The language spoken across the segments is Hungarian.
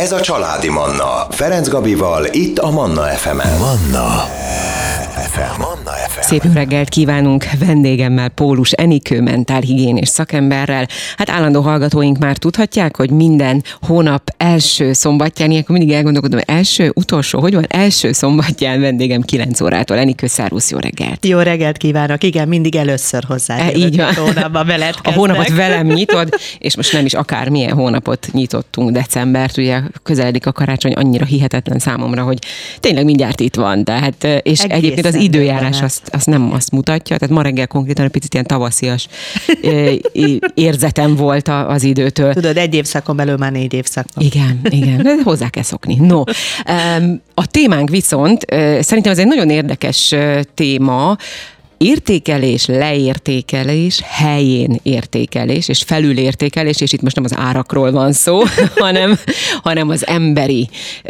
Ez a Családi Manna. Ferenc Gabival, itt a Manna FM-en. Manna FM. Szép jó reggelt kívánunk vendégemmel, Pólus Enikő mentálhigiénés szakemberrel. Hát állandó hallgatóink már tudhatják, hogy minden hónap első szombatján, ilyenkor mindig elgondolkodom, első, utolsó, hogy van? Első szombatján vendégem 9 órától. Enikő, szervusz, jó reggelt! Jó reggelt kívánok! Igen, mindig először hozzá. Így van. Hónapban veled kezdek. A hónapot velem nyitod, és most nem is akármilyen hónapot nyitottunk, decembert, ugye közeledik a karácsony, annyira hihetetlen számomra, hogy tényleg mindjárt itt van. Tehát, és Egészen egyébként az időjárás azt nem azt mutatja, tehát ma reggel konkrétan egy picit ilyen tavaszias érzetem volt az időtől. Tudod, egy évszakon belül már 4 évszak van. Igen, hozzá kell szokni. No, a témánk viszont szerintem ez egy nagyon érdekes téma, értékelés, leértékelés, helyén értékelés és felülértékelés, és itt most nem az árakról van szó, hanem az emberi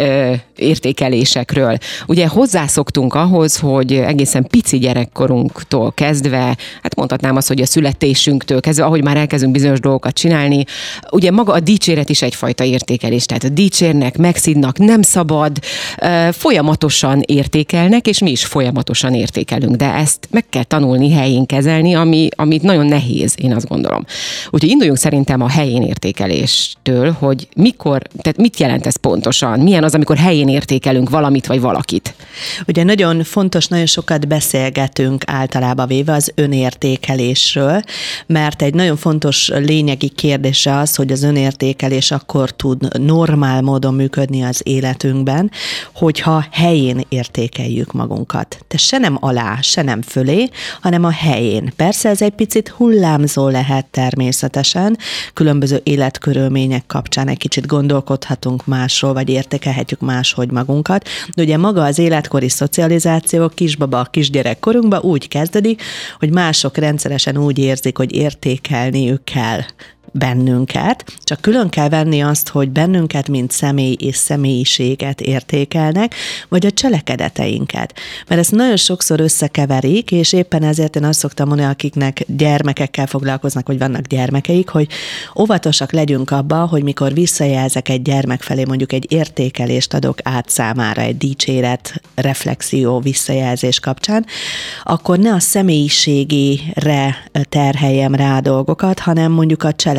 értékelésekről. Ugye hozzászoktunk ahhoz, hogy egészen pici gyerekkorunktól kezdve, hát mondhatnám azt, hogy a születésünktől kezdve, ahogy már elkezdünk bizonyos dolgokat csinálni, ugye maga a dicséret is egyfajta értékelés, tehát a dicsérnek, megszidnak, nem szabad, folyamatosan értékelnek, és mi is folyamatosan értékelünk, de ezt meg kell tanulni helyén kezelni, amit nagyon nehéz, én azt gondolom. Úgyhogy induljunk szerintem a helyén értékeléstől, hogy tehát mit jelent ez pontosan? Milyen az, amikor helyén értékelünk valamit vagy valakit? Ugye nagyon fontos, nagyon sokat beszélgetünk általában véve az önértékelésről, mert egy nagyon fontos lényegi kérdése az, hogy az önértékelés akkor tud normál módon működni az életünkben, hogyha helyén értékeljük magunkat. De se nem alá, se nem fölé, hanem a helyén. Persze ez egy picit hullámzó lehet természetesen, különböző életkörülmények kapcsán egy kicsit gondolkodhatunk másról, vagy értékelhetjük máshogy magunkat, de ugye maga az életkori szocializáció kisbaba, kisgyerekkorunkban úgy kezdődik, hogy mások rendszeresen úgy érzik, hogy értékelniük kell bennünket, csak külön kell venni azt, hogy bennünket, mint személy és személyiséget értékelnek, vagy a cselekedeteinket. Mert ezt nagyon sokszor összekeverik, és éppen ezért én azt szoktam mondani, akiknek gyermekekkel foglalkoznak, vagy vannak gyermekeik, hogy óvatosak legyünk abban, hogy mikor visszajelzek egy gyermek felé, mondjuk egy értékelést adok át számára, egy dicséret, reflexió, visszajelzés kapcsán, akkor ne a személyiségére terheljem rá dolgokat, hanem mondjuk a cselekedete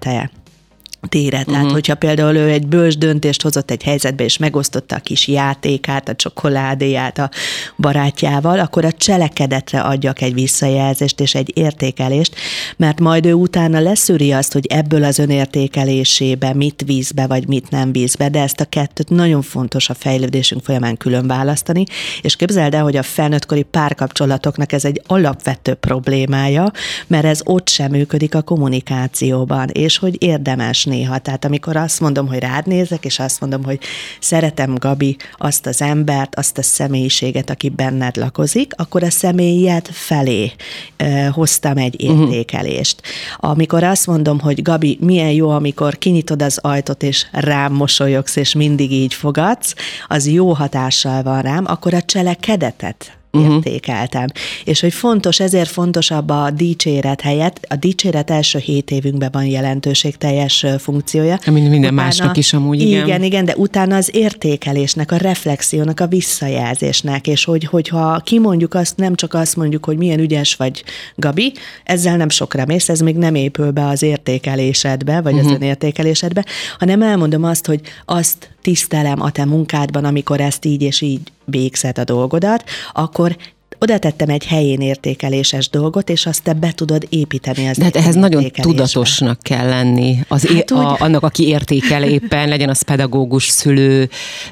téret. Tehát, hogyha például ő egy bölcs döntést hozott egy helyzetbe, és megosztotta a kis játékát, a csokoládéját a barátjával, akkor a cselekedetre adjak egy visszajelzést és egy értékelést, mert majd ő utána leszűri azt, hogy ebből az önértékelésébe mit víz be, vagy mit nem víz be, de ezt a kettőt nagyon fontos a fejlődésünk folyamán külön választani, és képzeld el, hogy a felnőttkori párkapcsolatoknak ez egy alapvető problémája, mert ez ott sem működik a kommunikációban, és hogy érdemes néha. Tehát amikor azt mondom, hogy rád nézek, és azt mondom, hogy szeretem, Gabi, azt az embert, azt a személyiséget, aki benned lakozik, akkor a személyed felé hoztam egy értékelést. Amikor azt mondom, hogy Gabi, milyen jó, amikor kinyitod az ajtót, és rám mosolyogsz, és mindig így fogadsz, az jó hatással van rám, akkor a cselekedetet értékeltem. És hogy fontos, ezért fontosabb a dicséret helyett. A dicséret első 7 évünkben van jelentőségteljes funkciója. Minden utána, másnak is amúgy, igen. Igen, de utána az értékelésnek, a reflexiónak, a visszajelzésnek, és hogyha kimondjuk azt, nem csak azt mondjuk, hogy milyen ügyes vagy, Gabi, ezzel nem sokra mész, ez még nem épül be az értékelésedbe, vagy az önértékelésedbe, hanem elmondom azt, hogy azt tisztelem a te munkádban, amikor ezt így és így végzed a dolgodat, akkor oda tettem egy helyén értékeléses dolgot, és azt te be tudod építeni az. De hát ehhez nagyon tudatosnak kell lenni. Annak, aki értékel éppen, legyen az pedagógus, szülő,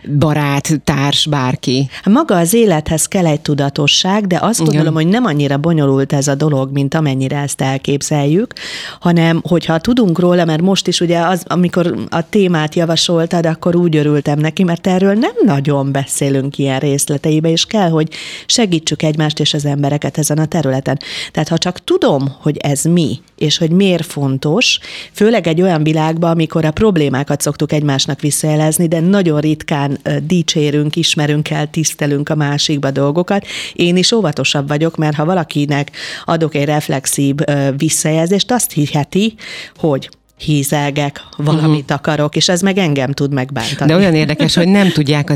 barát, társ, bárki. Maga az élethez kell egy tudatosság, de azt gondolom, hogy nem annyira bonyolult ez a dolog, mint amennyire ezt elképzeljük, hanem hogyha tudunk róla, mert most is ugye amikor a témát javasoltad, akkor úgy örültem neki, mert erről nem nagyon beszélünk ilyen részleteibe, és kell, hogy segítsük egymást és az embereket ezen a területen. Tehát ha csak tudom, hogy ez mi, és hogy miért fontos, főleg egy olyan világban, amikor a problémákat szoktuk egymásnak visszajelezni, de nagyon ritkán dicsérünk, ismerünk el, tisztelünk a másikba dolgokat. Én is óvatosabb vagyok, mert ha valakinek adok egy reflexív visszajelzést, azt hiheti, hogy hízelgek, valamit akarok, és ez meg engem tud megbántani. De olyan érdekes, hogy nem tudják,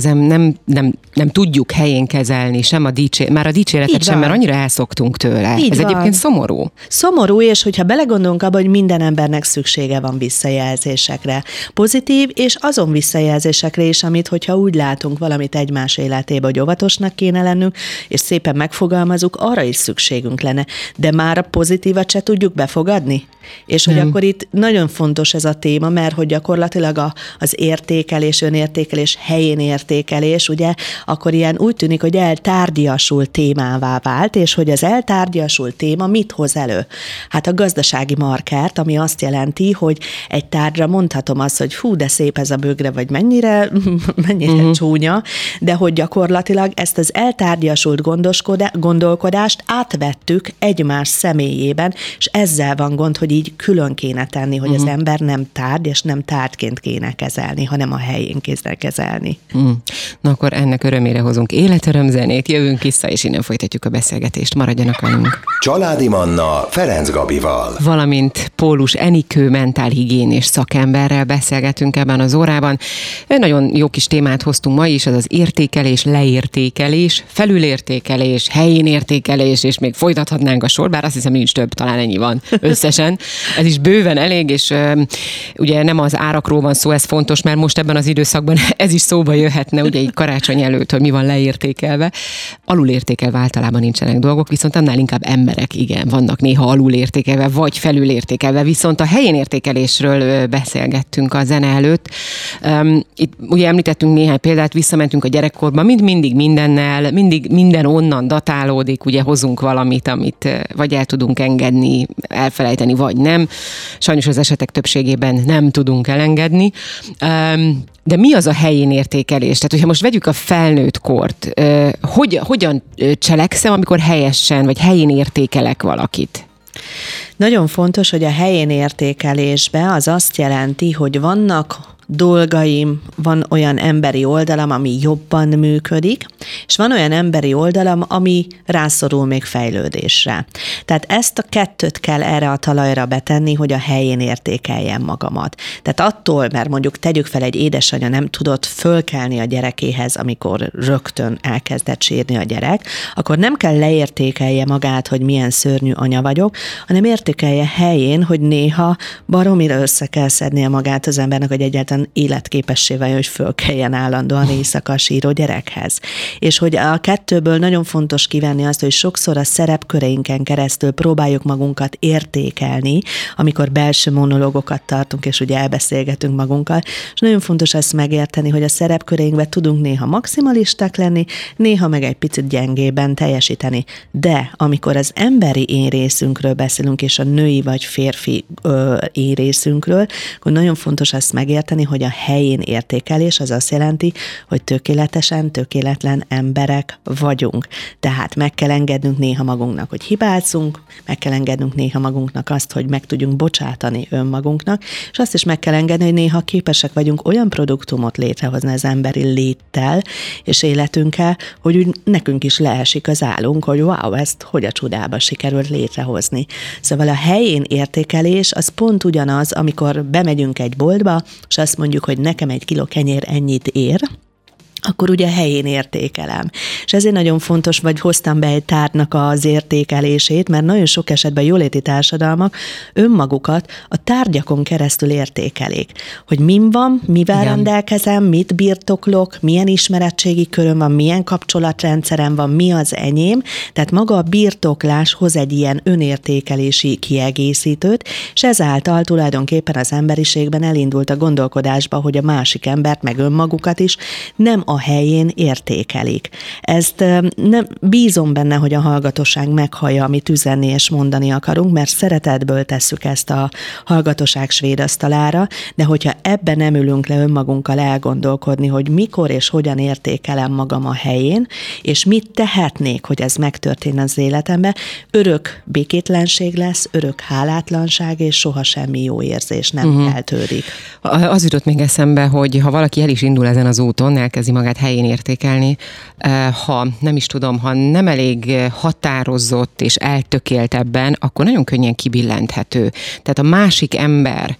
nem tudjuk helyén kezelni sem már a dicséretet sem, mert annyira elszoktunk tőle. Ez egyébként szomorú. Szomorú, és hogyha belegondolunk abba, hogy minden embernek szüksége van visszajelzésekre. Pozitív, és azon visszajelzésekre is, amit, hogyha úgy látunk valamit egymás életébe, hogy óvatosnak kéne lennünk, és szépen megfogalmazunk, arra is szükségünk lenne. De már a pozitívat se tudjuk befogadni. És hogy akkor itt nagyon fontos ez a téma, mert hogy gyakorlatilag az értékelés, önértékelés, helyén értékelés, ugye, akkor ilyen úgy tűnik, hogy eltárgyasult témává vált, és hogy az eltárgyasult téma mit hoz elő? Hát a gazdasági markert, ami azt jelenti, hogy egy tárgyra mondhatom azt, hogy hú, de szép ez a bögre, vagy mennyire csúnya, de hogy gyakorlatilag ezt az eltárgyasult gondolkodást átvettük egymás személyében, és ezzel van gond, hogy így külön kéne tenni, hogy az ember nem tárgy, és nem tárgyként kéne kezelni, hanem a helyén kéne kezelni. Na akkor ennek örömére hozunk életörömzenét, jövünk vissza, és innen folytatjuk a beszélgetést. Maradjanak velünk. Családi Manna Ferenc Gabival. Valamint Pólus Enikő mentálhigiénés szakemberrel beszélgetünk ebben az órában. Nagyon jó kis témát hoztunk ma is, az az értékelés, leértékelés, felülértékelés, helyén értékelés, és még folytathatnánk a sor, bár azt hiszem nincs több, talán ennyi van összesen. Ez is bőven elég, és ugye nem az árakról van szó, ez fontos, mert most ebben az időszakban ez is szóba jöhetne, ugye így karácsony előtt, hogy mi van leértékelve. Alulértékelve általában nincsenek dolgok, viszont annál inkább emberek, igen, vannak néha alulértékelve, vagy felülértékelve, viszont a helyén értékelésről beszélgettünk a zene előtt. Itt ugye említettünk néhány példát, visszamentünk a gyerekkorba, mindig mindennel, mindig minden onnan datálódik, ugye hozunk valamit, amit vagy el tudunk engedni, elfelejteni, vagy nem. Sajnos az esetek többségében nem tudunk elengedni. De mi az a helyén értékelés? Tehát, hogyha most vegyük a felnőtt kort, hogyan cselekszem, amikor helyesen, vagy helyén értékelek valakit? Nagyon fontos, hogy a helyén értékelésben az azt jelenti, hogy vannak dolgaim, van olyan emberi oldalam, ami jobban működik, és van olyan emberi oldalam, ami rászorul még fejlődésre. Tehát ezt a kettőt kell erre a talajra betenni, hogy a helyén értékeljem magamat. Tehát attól, mert mondjuk tegyük fel, egy édesanyja nem tudott fölkelni a gyerekéhez, amikor rögtön elkezdett sírni a gyerek, akkor nem kell leértékelje magát, hogy milyen szörnyű anya vagyok, hanem értékelje helyén, hogy néha baromira össze kell szednie magát az embernek, hogy egyáltalán életképessé váljon, hogy fölkeljen állandóan éjszaka a síró gyerekhez. És hogy a kettőből nagyon fontos kivenni azt, hogy sokszor a szerepköreinken keresztül próbáljuk magunkat értékelni, amikor belső monológokat tartunk, és ugye elbeszélgetünk magunkkal, és nagyon fontos ezt megérteni, hogy a szerepköreinkben tudunk néha maximalisták lenni, néha meg egy picit gyengében teljesíteni. De amikor az emberi én részünkről beszélünk, és a női vagy férfi én részünkről, akkor nagyon fontos ezt megérteni, hogy a helyén értékelés az azt jelenti, hogy tökéletesen tökéletlen emberek vagyunk. Tehát meg kell engednünk néha magunknak, hogy hibázunk, meg kell engednünk néha magunknak azt, hogy meg tudjunk bocsátani önmagunknak, és azt is meg kell engedni, hogy néha képesek vagyunk olyan produktumot létrehozni az emberi léttel és életünkkel, hogy úgy nekünk is leesik az állunk, hogy wow, ezt hogy a csodába sikerült létrehozni. Szóval a helyén értékelés az pont ugyanaz, amikor bemegyünk egy boltba, és azt mondjuk, hogy nekem egy kiló kenyér ennyit ér, akkor ugye helyén értékelem. És ezért nagyon fontos, vagy hoztam be egy tárgynak az értékelését, mert nagyon sok esetben jóléti társadalmak önmagukat a tárgyakon keresztül értékelik. Hogy min van, mivel rendelkezem, mit birtoklok, milyen ismeretségi köröm van, milyen kapcsolatrendszerem van, mi az enyém. Tehát maga a birtoklás hoz egy ilyen önértékelési kiegészítőt, és ezáltal tulajdonképpen az emberiségben elindult a gondolkodásba, hogy a másik embert, meg önmagukat is nem a helyén értékelik. Ezt nem bízom benne, hogy a hallgatóság meghallja, amit üzenni és mondani akarunk, mert szeretetből tesszük ezt a hallgatóság svédasztalára, de hogyha ebben nem ülünk le önmagunkkal elgondolkodni, hogy mikor és hogyan értékelem magam a helyén, és mit tehetnék, hogy ez megtörténjen az életemben, örök békétlenség lesz, örök hálátlanság, és soha semmi jó érzés nem keltődik. Az jutott még eszembe, hogy ha valaki el is indul ezen az úton, elkezdi magát helyén értékelni, ha nem is tudom, ha nem elég határozott és eltökélt ebben, akkor nagyon könnyen kibillenthető. Tehát a másik másik ember,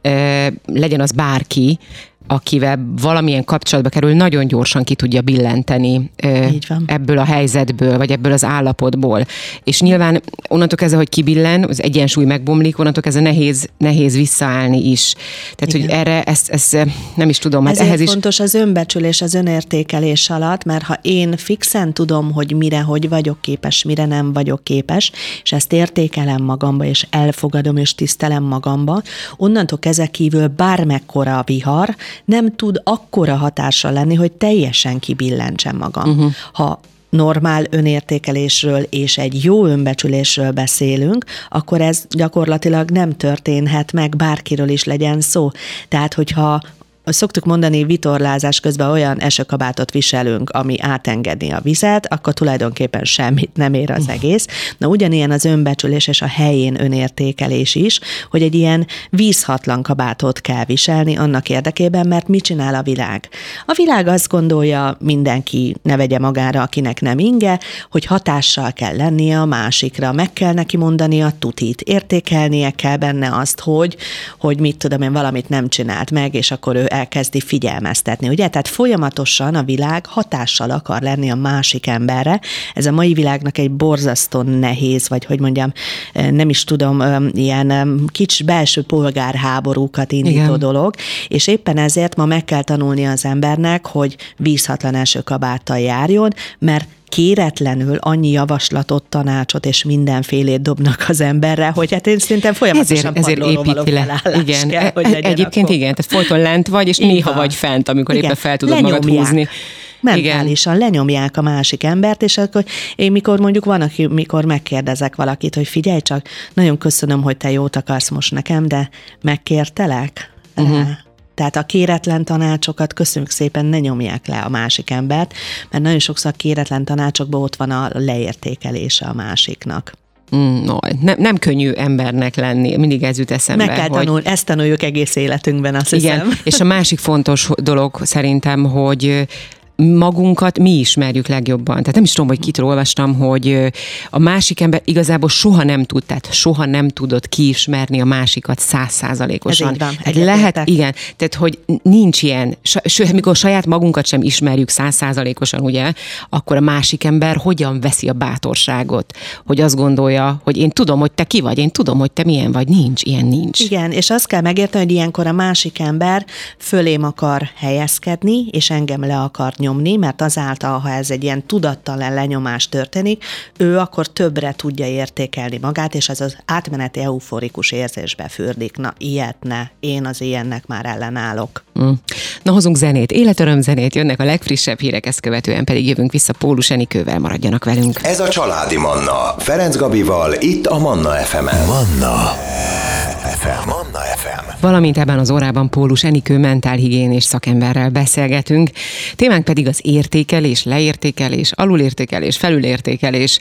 legyen az bárki, akivel valamilyen kapcsolatba kerül, nagyon gyorsan ki tudja billenteni ebből a helyzetből, vagy ebből az állapotból. És nyilván onnantól kezdve, hogy kibillen, az egyensúly megbomlik, onnantól kezdve nehéz visszaállni is. Tehát, igen, hogy erre ezt nem is tudom. Ezért ehhez fontos az önbecsülés, az önértékelés alatt, mert ha én fixen tudom, hogy mire, hogy vagyok képes, mire nem vagyok képes, és ezt értékelem magamba, és elfogadom, és tisztelem magamba, onnantól kezdve kívül bármekkora a vihar, nem tud akkora hatással lenni, hogy teljesen kibillentsem magam. Ha normál önértékelésről és egy jó önbecsülésről beszélünk, akkor ez gyakorlatilag nem történhet meg, bárkiről is legyen szó. Tehát, hogyha szoktuk mondani, vitorlázás közben olyan esőkabátot viselünk, ami átengedni a vizet, akkor tulajdonképpen semmit nem ér az egész. Na ugyanilyen az önbecsülés és a helyén önértékelés is, hogy egy ilyen vízhatlan kabátot kell viselni annak érdekében, mert mit csinál a világ? A világ azt gondolja, mindenki ne vegye magára, akinek nem inge, hogy hatással kell lennie a másikra, meg kell neki mondani a tutit, értékelnie kell benne azt, hogy mit tudom én, valamit nem csinált meg, és akkor ő elkezdi figyelmeztetni, ugye? Tehát folyamatosan a világ hatással akar lenni a másik emberre. Ez a mai világnak egy borzasztó nehéz, vagy hogy mondjam, nem is tudom, ilyen kicsi belső polgárháborúkat indító, igen, dolog, és éppen ezért ma meg kell tanulni az embernek, hogy vízhatlan esőkabáttal járjon, mert kéretlenül annyi javaslatot, tanácsot és mindenfélét dobnak az emberre, hogy hát én szerintem folyamatosan ezért építi le. Igen, kell, egyébként akkor. Igen, tehát folyton lent vagy, és néha vagy fent, amikor igen, éppen fel tudod magad húzni. Mentálisan lenyomják a másik embert, és akkor én mikor megkérdezek valakit, hogy figyelj csak, nagyon köszönöm, hogy te jót akarsz most nekem, de megkértelek? Tehát a kéretlen tanácsokat köszönjük szépen, ne nyomják le a másik embert, mert nagyon sokszor a kéretlen tanácsokban ott van a leértékelése a másiknak. Nem könnyű embernek lenni, mindig ez jut eszembe. Meg kell tanulni, ezt tanuljuk egész életünkben, azt hiszem. Igen, és a másik fontos dolog szerintem, hogy magunkat mi ismerjük legjobban. Tehát nem is tudom, hogy kitől olvastam, hogy a másik ember igazából soha nem tud, tehát soha nem tudod kiismerni a másikat 100%-osan. Lehet, igen, tehát hogy nincs ilyen, mikor saját magunkat sem ismerjük 100%-osan, ugye, akkor a másik ember hogyan veszi a bátorságot, hogy azt gondolja, hogy én tudom, hogy te ki vagy, én tudom, hogy te milyen vagy, ilyen nincs. Igen, és azt kell megérteni, hogy ilyenkor a másik ember fölém akar helyezkedni, és engem le akar nyomni, mert azáltal, ha ez egy ilyen tudattalan lenyomás történik, ő akkor többre tudja értékelni magát, és ez az átmeneti euforikus érzésbe fürdik. Na, ilyet ne. Én az ilyennek már ellenállok. Na, hozunk zenét, életöröm zenét, jönnek a legfrissebb hírek, ezt követően pedig jövünk vissza Pólus Enikővel, maradjanak velünk. Ez a Családi Manna, Ferenc Gabival, itt a Manna FM-en. Manna FM. Manna FM. Valamint ebben az órában Pólus Enikő mentálhigiénés szakemberrel beszélgetünk. Témánk pedig az értékelés, leértékelés, alulértékelés, felülértékelés.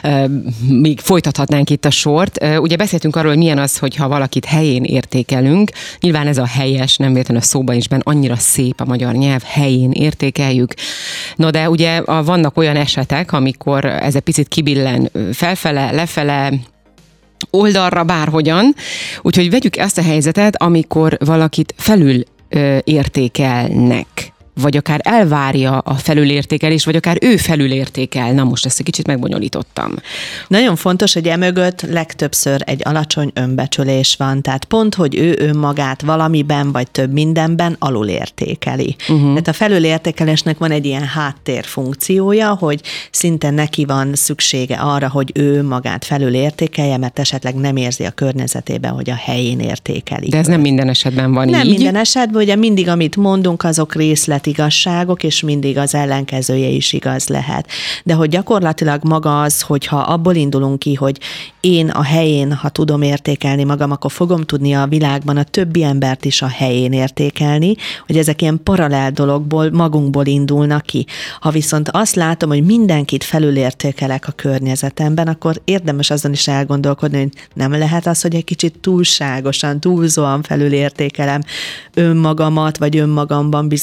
Még folytathatnánk itt a sort. Ugye beszéltünk arról, hogy milyen az, hogyha valakit helyén értékelünk. Nyilván ez a helyes, nem véletlenül a szóban is benne, annyira szép a magyar nyelv, helyén értékeljük. No, de ugye vannak olyan esetek, amikor ez egy picit kibillen felfele, lefele, oldalra, bárhogyan. Úgyhogy vegyük azt a helyzetet, amikor valakit felül értékelnek, vagy akár elvárja a felülértékelés, vagy akár ő felülértékel. Na most ezt egy kicsit megbonyolítottam. Nagyon fontos, hogy emögött legtöbbször egy alacsony önbecsülés van, tehát pont, hogy ő önmagát valamiben, vagy több mindenben alulértékeli. Tehát a felülértékelésnek van egy ilyen háttérfunkciója, hogy szinte neki van szüksége arra, hogy ő magát felülértékelje, mert esetleg nem érzi a környezetében, hogy a helyén értékeli. De ez nem minden esetben van nem így. Nem minden esetben, ugye mindig, amit mondunk, azok igazságok, és mindig az ellenkezője is igaz lehet. De hogy gyakorlatilag maga az, hogyha abból indulunk ki, hogy én a helyén, ha tudom értékelni magam, akkor fogom tudni a világban a többi embert is a helyén értékelni, hogy ezek ilyen paralel dologból, magunkból indulnak ki. Ha viszont azt látom, hogy mindenkit felülértékelek a környezetemben, akkor érdemes azon is elgondolkodni, hogy nem lehet az, hogy egy kicsit túlságosan, túlzóan felülértékelem önmagamat, vagy önmagamban bizonyos dolgokat,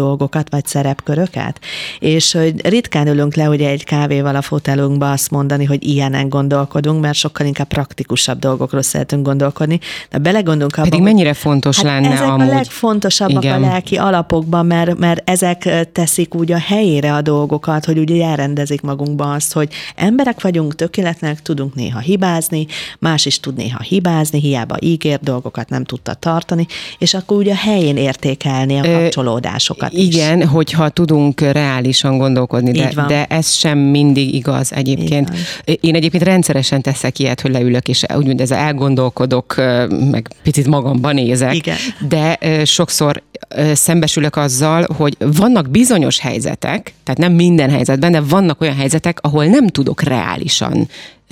dolgokat, vagy szerepköröket, és hogy ritkán ülünk le ugye egy kávéval a fotelunkba azt mondani, hogy ilyenen gondolkodunk, mert sokkal inkább praktikusabb dolgokról szeretünk gondolkodni, de belegondolunk abba, pedig mennyire fontos lenne ezek amúgy. a legfontosabbak a lelki alapokban, mert ezek teszik úgy a helyére a dolgokat, hogy ugye elrendezik magunkba azt, hogy emberek vagyunk, tökéletlenek, tudunk néha hibázni, más is tud néha hibázni, hiába ígér dolgokat nem tudta tartani, és akkor ugye a helyén értékelni a kapcsolódásokat is. Igen, hogyha tudunk reálisan gondolkodni, de ez sem mindig igaz egyébként. Én egyébként rendszeresen teszek ilyet, hogy leülök, és úgymond ez elgondolkodok, meg picit magamban nézek, igen. De sokszor szembesülök azzal, hogy vannak bizonyos helyzetek, tehát nem minden helyzetben, de vannak olyan helyzetek, ahol nem tudok reálisan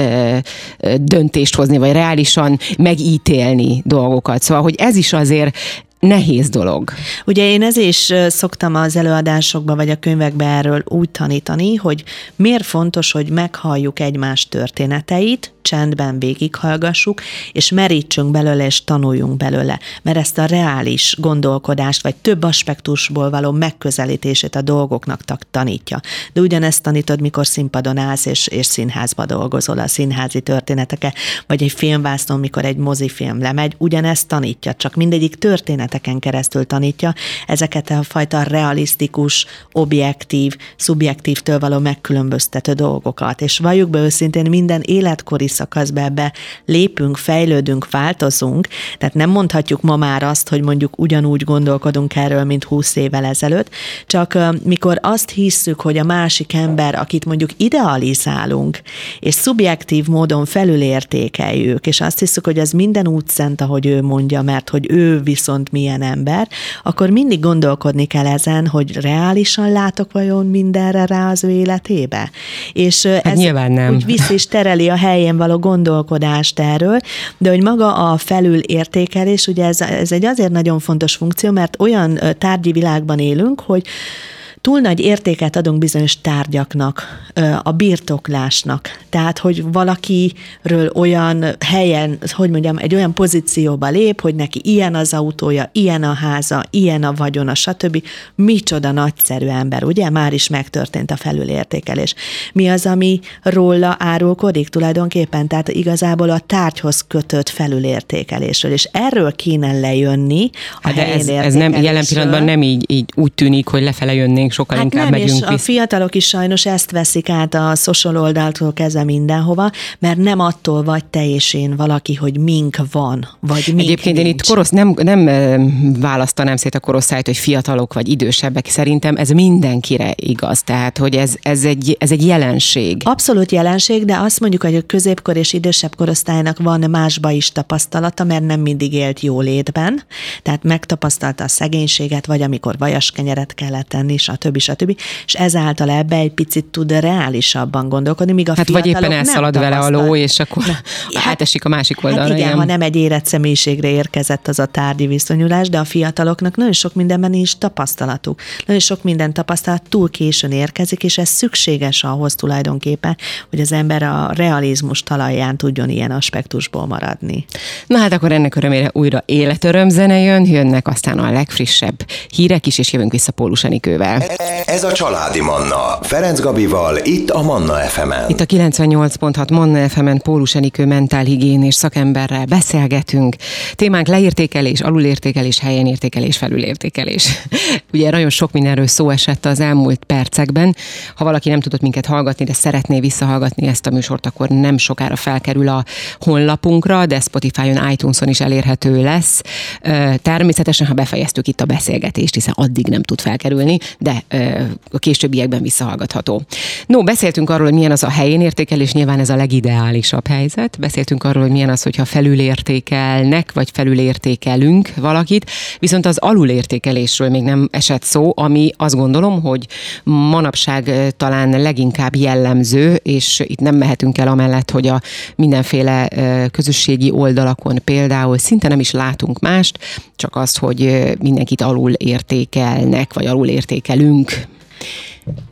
döntést hozni, vagy reálisan megítélni dolgokat. Szóval, hogy ez is azért nehéz dolog. Ugye én ezért is szoktam az előadásokban, vagy a könyvekben erről úgy tanítani, hogy miért fontos, hogy meghalljuk egymás történeteit, csendben végighallgassuk, és merítsünk belőle, és tanuljunk belőle. Mert ezt a reális gondolkodást, vagy több aspektusból való megközelítését a dolgoknak tanítja. De ugyanezt tanítod, mikor színpadon állsz, és színházba dolgozol, a színházi történeteket, vagy egy filmvásznon, mikor egy mozifilm lemegy, ugyanezt tanítja, csak mindegyik történeteken keresztül tanítja ezeket a fajta realisztikus, objektív, szubjektívtől való megkülönböztető dolgokat. És valljuk be őszintén, minden életkori szakaszba ebbe lépünk, fejlődünk, változunk, tehát nem mondhatjuk ma már azt, hogy mondjuk ugyanúgy gondolkodunk erről, mint 20 évvel ezelőtt, csak mikor azt hisszük, hogy a másik ember, akit mondjuk idealizálunk, és szubjektív módon felülértékeljük, és azt hiszük, hogy ez minden úgy szent, ahogy ő mondja, mert hogy ő viszont milyen ember, akkor mindig gondolkodni kell ezen, hogy reálisan látok vajon mindenre rá az ő életébe. És ez nyilván nem. Úgy visz és tereli a helyén való gondolkodást erről, de hogy maga a felülértékelés, ugye ez egy azért nagyon fontos funkció, mert olyan tárgyi világban élünk, hogy túl nagy értéket adunk bizonyos tárgyaknak, a birtoklásnak. Tehát, hogy valakiről olyan helyen, hogy mondjam, egy olyan pozícióba lép, hogy neki ilyen az autója, ilyen a háza, ilyen a vagyona, stb. Micsoda nagyszerű ember, ugye? Már is megtörtént a felülértékelés. Mi az, ami róla árulkodik tulajdonképpen? Tehát igazából a tárgyhoz kötött felülértékelésről, és erről kéne lejönni a helyén ez nem, jelen pillanatban nem így úgy tűnik, hogy lefele jönnénk, sokkal inkább nem, megyünk és a fiatalok is sajnos ezt veszik át a social oldaltól kezdve mindenhova, mert nem attól vagy te és én valaki, hogy mink van, vagy mink egyébként nincs. én itt nem választanám szét a korosztályt, hogy fiatalok vagy idősebbek. Szerintem ez mindenkire igaz. Tehát, hogy ez egy jelenség. Abszolút jelenség, de azt mondjuk, hogy a középkor és idősebb korosztálynak van másba is tapasztalata, mert nem mindig élt jólétben. Tehát megtapasztalta a szegénységet, vagy amikor vajaskenyeret kellett tenni, stb. És ezáltal ebbe egy picit tud reálisabban gondolkodni, míg a fiatalok vagy éppen elszalad vele a ló, és akkor átesik a másik oldalra. Hát igen, ha nem egy érett személyiségre érkezett az a tárgyi viszonyulás, de a fiataloknak nagyon sok mindenben is tapasztalatuk. Nagyon sok minden tapasztalat túl későn érkezik, és ez szükséges ahhoz tulajdonképpen, hogy az ember a realizmus talaján tudjon ilyen aspektusból maradni. Na hát akkor ennek örömére újra életörömzene jönnek aztán a legfrissebb hírek is, és jövünk vissza Pólus Enikővel. Ez a Családi Manna, Ferenc Gabival, itt a Manna FM-en. Itt a 98.6 Manna FM-en Pólus Enikő mentálhigiénés szakemberrel beszélgetünk. Témánk leértékelés, alulértékelés, helyen értékelés, felülértékelés. Ugye nagyon sok mindenről szó esett az elmúlt percekben. Ha valaki nem tudott minket hallgatni, de szeretné visszahallgatni ezt a műsort, akkor nem sokára felkerül a honlapunkra, de Spotify-on, iTunes-on is elérhető lesz. Természetesen, ha befejeztük itt a beszélgetést, hiszen addig nem tud felkerülni, de a későbbiekben visszahallgatható. No, beszéltünk arról, hogy milyen az a helyén értékelés, nyilván ez a legideálisabb helyzet. Beszéltünk arról, hogy milyen az, hogyha felülértékelnek, vagy felülértékelünk valakit, viszont az alulértékelésről még nem esett szó, ami azt gondolom, hogy manapság talán leginkább jellemző, és itt nem mehetünk el amellett, hogy a mindenféle közösségi oldalakon például szinte nem is látunk mást, csak azt, hogy mindenkit alulértékelnek, vagy alulértékelünk.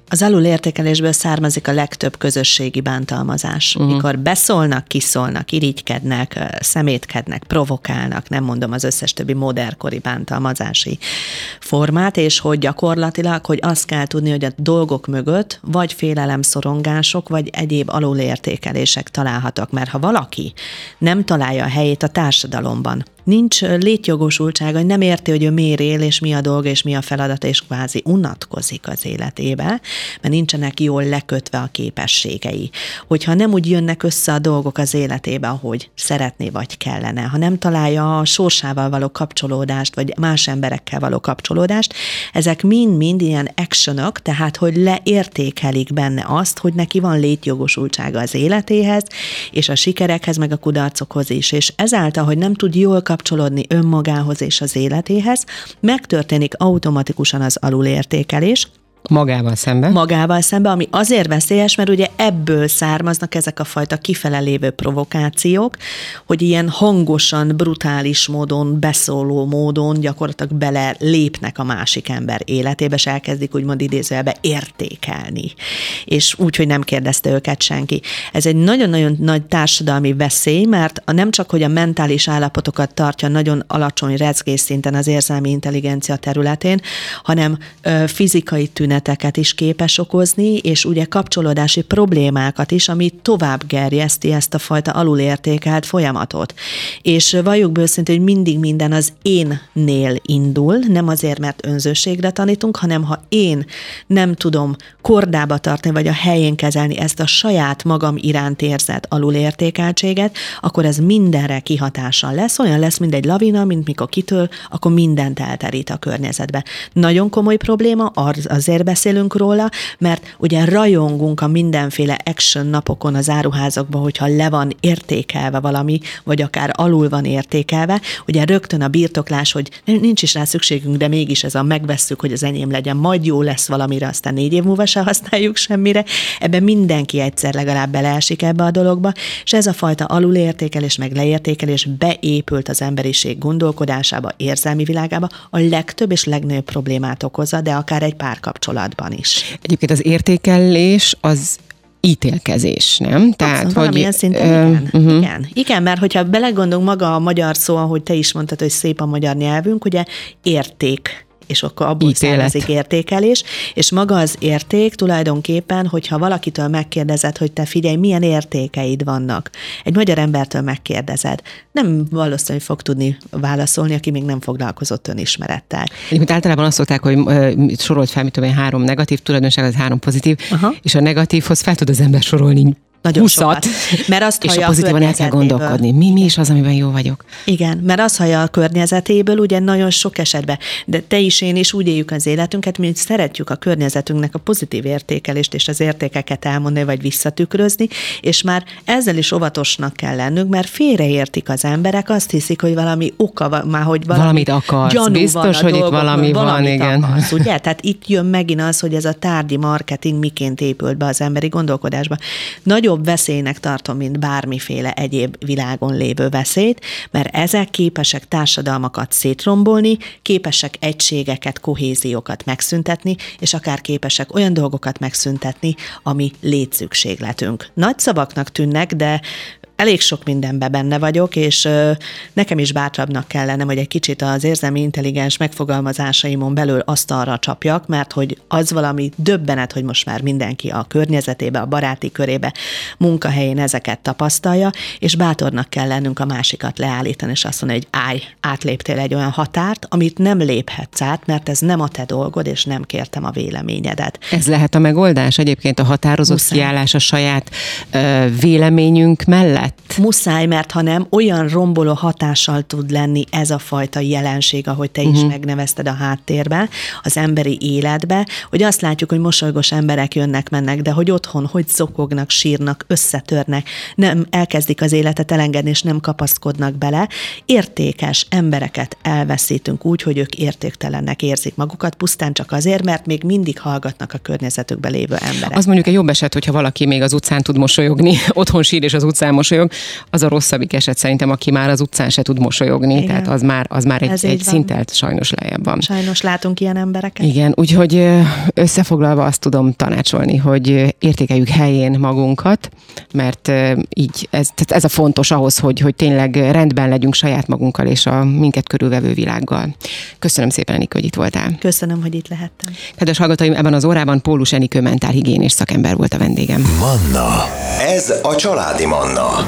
Az alulértékelésből származik a legtöbb közösségi bántalmazás. Mikor beszólnak, kiszólnak, irigykednek, szemétkednek, provokálnak, nem mondom az összes többi modernkori bántalmazási formát, és hogy gyakorlatilag, hogy azt kell tudni, hogy a dolgok mögött vagy félelemszorongások, vagy egyéb alulértékelések találhatók, mert ha valaki nem találja a helyét a társadalomban, nincs létjogosultsága, hogy nem érti, hogy ő miért él, és mi a dolga, és mi a feladata, és kvázi unatkozik az életébe, mert nincsenek jól lekötve a képességei. Hogyha nem úgy jönnek össze a dolgok az életébe, ahogy szeretné vagy kellene, ha nem találja a sorsával való kapcsolódást, vagy más emberekkel való kapcsolódást, ezek mind-mind ilyen actionok, tehát hogy leértékelik benne azt, hogy neki van létjogosultsága az életéhez, és a sikerekhez, meg a kudarcokhoz is. És ezáltal, hogy nem tud jól kapcsolódni önmagához és az életéhez, megtörténik automatikusan az alulértékelés. Magával szemben, ami azért veszélyes, mert ugye ebből származnak ezek a fajta kifele lévő provokációk, hogy ilyen hangosan, brutális módon, beszóló módon gyakorlatilag bele lépnek a másik ember életébe, és elkezdik úgymond idézőjelbe értékelni. És úgy, hogy nem kérdezte őket senki. Ez egy nagyon-nagyon nagy társadalmi veszély, mert nem csak, hogy a mentális állapotokat tartja nagyon alacsony rezgésszinten az érzelmi intelligencia területén, hanem fizikai tüneteket is képes okozni, és ugye kapcsolódási problémákat is, ami tovább gerjeszti ezt a fajta alulértékelt folyamatot. És valljuk be őszintén, hogy mindig minden az énnél indul, nem azért, mert önzőségre tanítunk, hanem ha én nem tudom kordába tartani, vagy a helyén kezelni ezt a saját magam iránt érzett alulértékeltséget, akkor ez mindenre kihatással lesz. Olyan lesz, mint egy lavina, mint mikor kitől, akkor mindent elterít a környezetbe. Nagyon komoly probléma, azért beszélünk róla, mert ugye rajongunk a mindenféle action napokon az áruházakban, hogyha le van értékelve valami, vagy akár alul van értékelve, ugye rögtön a birtoklás, hogy nincs is rá szükségünk, de mégis ez a megvesszük, hogy az enyém legyen, majd jó lesz valamire, aztán 4 év múlva se használjuk semmire. Ebben mindenki egyszer legalább beleesik ebbe a dologba, és ez a fajta alulértékelés, meg leértékelés beépült az emberiség gondolkodásába, érzelmi világába, a legtöbb és legnagyobb problémát okozza, de akár egy párkapcsolatban is. Egyébként az értékelés az ítélkezés, nem? Tehát, valamilyen szinten igen. Igen, mert hogyha belegondolunk maga a magyar szó, ahogy te is mondtad, hogy szép a magyar nyelvünk, ugye érték, és akkor abból származik értékelés, és maga az érték tulajdonképpen, hogyha valakitől megkérdezed, hogy te figyelj, milyen értékeid vannak. Egy magyar embertől megkérdezed. Nem valószínűleg fog tudni válaszolni, aki még nem foglalkozott önismerettel. Egyébként általában azt szokták, hogy sorolt fel, mit tudom én, 3 negatív tulajdonság, az 3 pozitív, és a negatívhoz fel tud az ember sorolni nagyon sokat. Mert azt és a pozitívan el kell gondolkodni. Mi is az, amiben jó vagyok? Igen, mert azt hallja a környezetéből, ugye nagyon sok esetben, de te is, én is úgy éljük az életünket, mint szeretjük a környezetünknek a pozitív értékelést és az értékeket elmondani, vagy visszatükrözni, és már ezzel is óvatosnak kell lennünk, mert félreértik az emberek, azt hiszik, hogy valami oka, már hogy valamit akarsz. Biztos, hogy itt valami van, igen. Akarsz, ugye? Tehát itt jön megint az, hogy ez a tárgyi marketing miként épült be az emberi gondolkodásba. Nagyobb veszélynek tartom, mint bármiféle egyéb világon lévő veszélyt, mert ezek képesek társadalmakat szétrombolni, képesek egységeket, kohéziókat megszüntetni, és akár képesek olyan dolgokat megszüntetni, ami létszükségletünk. Nagy szavaknak tűnnek, de elég sok mindenben benne vagyok, és nekem is bátrabbnak kell lennem, hogy egy kicsit az érzelmi intelligens megfogalmazásaimon belül azt arra csapjak, mert hogy az valami döbbenet, hogy most már mindenki a környezetébe, a baráti körébe, munkahelyén ezeket tapasztalja, és bátornak kell lennünk a másikat leállítani, és azt mondani, hogy állj, átléptél egy olyan határt, amit nem léphetsz át, mert ez nem a te dolgod, és nem kértem a véleményedet. Ez lehet a megoldás egyébként, a határozott kiállás a saját véleményünk mellett? Muszáj, mert ha nem, olyan romboló hatással tud lenni ez a fajta jelenség, ahogy te is megnevezted a háttérben, az emberi életbe, hogy azt látjuk, hogy mosolygós emberek jönnek-mennek, de hogy otthon, hogy zokognak, sírnak, összetörnek, nem elkezdik az életet elengedni, és nem kapaszkodnak bele. Értékes embereket elveszítünk úgy, hogy ők értéktelennek érzik magukat, pusztán csak azért, mert még mindig hallgatnak a környezetükben lévő emberek. Az mondjuk egy jobb eset, hogyha valaki még az utcán tud mosolyogni, otthon sír és az utcán mosolyog, mosolyog, az a rosszabbik eset szerintem, aki már az utcán se tud mosolyogni, igen. Tehát az már egy szintelt sajnos lejjebb van. Sajnos látunk ilyen embereket. Igen, úgyhogy összefoglalva azt tudom tanácsolni, hogy értékeljük helyén magunkat, mert így ez a fontos ahhoz, hogy tényleg rendben legyünk saját magunkkal és a minket körülvevő világgal. Köszönöm szépen, Enikő, hogy itt voltál. Köszönöm, hogy itt lehettem. Kedves hallgatóim, ebben az órában Pólus Enikő mentálhigiénés szakember volt a vendégem. Manna. Ez a Családi Manna.